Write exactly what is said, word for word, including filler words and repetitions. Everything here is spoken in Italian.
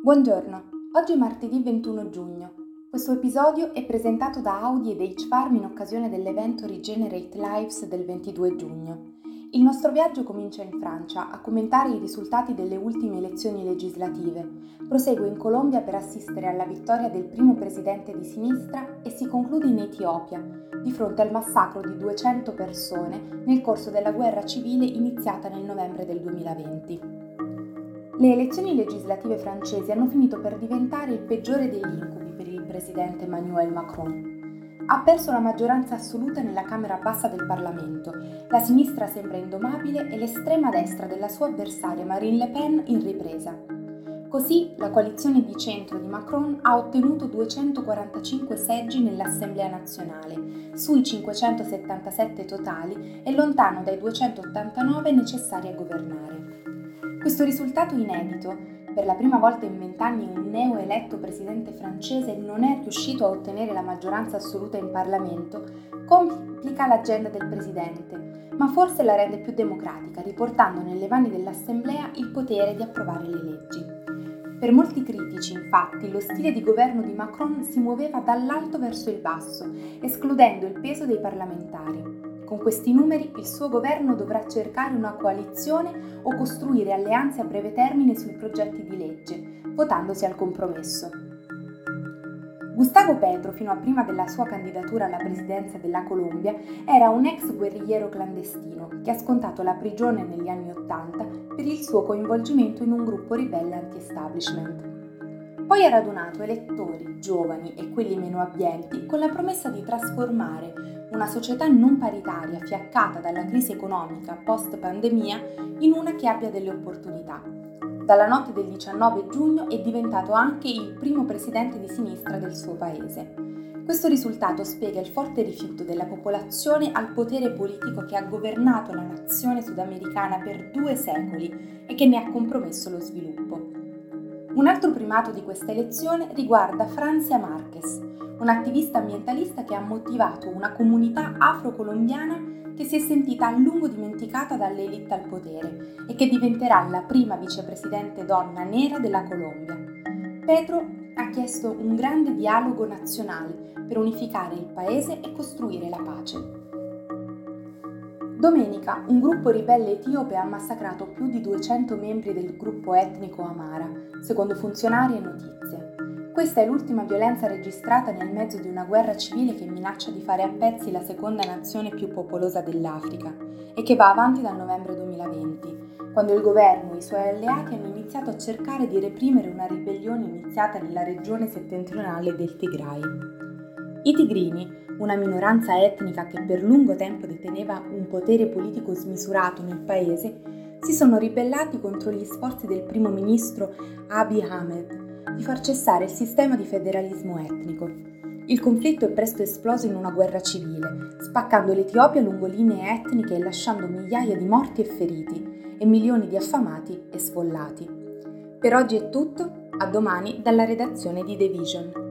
Buongiorno, oggi è martedì ventuno giugno. Questo episodio è presentato da Audi ed H Farm in occasione dell'evento Regenerate Lives del ventidue giugno. Il nostro viaggio comincia in Francia a commentare i risultati delle ultime elezioni legislative, prosegue in Colombia per assistere alla vittoria del primo presidente di sinistra e si conclude in Etiopia, di fronte al massacro di duecento persone nel corso della guerra civile iniziata nel novembre del duemilaventi. Le elezioni legislative francesi hanno finito per diventare il peggiore degli incubi per il presidente Emmanuel Macron. Ha perso la maggioranza assoluta nella Camera bassa del Parlamento, la sinistra sembra indomabile e l'estrema destra della sua avversaria Marine Le Pen in ripresa. Così la coalizione di centro di Macron ha ottenuto duecentoquarantacinque seggi nell'Assemblea nazionale, sui cinquecentosettantasette totali e lontano dai duecentottantanove necessari a governare. Questo risultato inedito, per la prima volta in vent'anni un neoeletto presidente francese non è riuscito a ottenere la maggioranza assoluta in Parlamento, complica l'agenda del presidente, ma forse la rende più democratica, riportando nelle mani dell'Assemblea il potere di approvare le leggi. Per molti critici, infatti, lo stile di governo di Macron si muoveva dall'alto verso il basso, escludendo il peso dei parlamentari. Con questi numeri il suo governo dovrà cercare una coalizione o costruire alleanze a breve termine sui progetti di legge, votandosi al compromesso. Gustavo Petro, fino a prima della sua candidatura alla presidenza della Colombia, era un ex guerrigliero clandestino che ha scontato la prigione negli anni Ottanta per il suo coinvolgimento in un gruppo ribelle anti-establishment. Poi ha radunato elettori, giovani e quelli meno abbienti con la promessa di trasformare una società non paritaria fiaccata dalla crisi economica post-pandemia in una che abbia delle opportunità. Dalla notte del diciannove giugno è diventato anche il primo presidente di sinistra del suo paese. Questo risultato spiega il forte rifiuto della popolazione al potere politico che ha governato la nazione sudamericana per due secoli e che ne ha compromesso lo sviluppo. Un altro primato di questa elezione riguarda Francia Márquez, un'attivista ambientalista che ha motivato una comunità afro-colombiana che si è sentita a lungo dimenticata dalle élite al potere e che diventerà la prima vicepresidente donna nera della Colombia. Petro ha chiesto un grande dialogo nazionale per unificare il paese e costruire la pace. Domenica un gruppo ribelle etiope ha massacrato più di duecento membri del gruppo etnico Amara, secondo funzionari e notizie. Questa è l'ultima violenza registrata nel mezzo di una guerra civile che minaccia di fare a pezzi la seconda nazione più popolosa dell'Africa e che va avanti dal novembre duemilaventi, quando il governo e i suoi alleati hanno iniziato a cercare di reprimere una ribellione iniziata nella regione settentrionale del Tigray. I tigrini, una minoranza etnica che per lungo tempo deteneva un potere politico smisurato nel paese, si sono ribellati contro gli sforzi del primo ministro Abiy Ahmed di far cessare il sistema di federalismo etnico. Il conflitto è presto esploso in una guerra civile, spaccando l'Etiopia lungo linee etniche e lasciando migliaia di morti e feriti e milioni di affamati e sfollati. Per oggi è tutto, a domani dalla redazione di The Vision.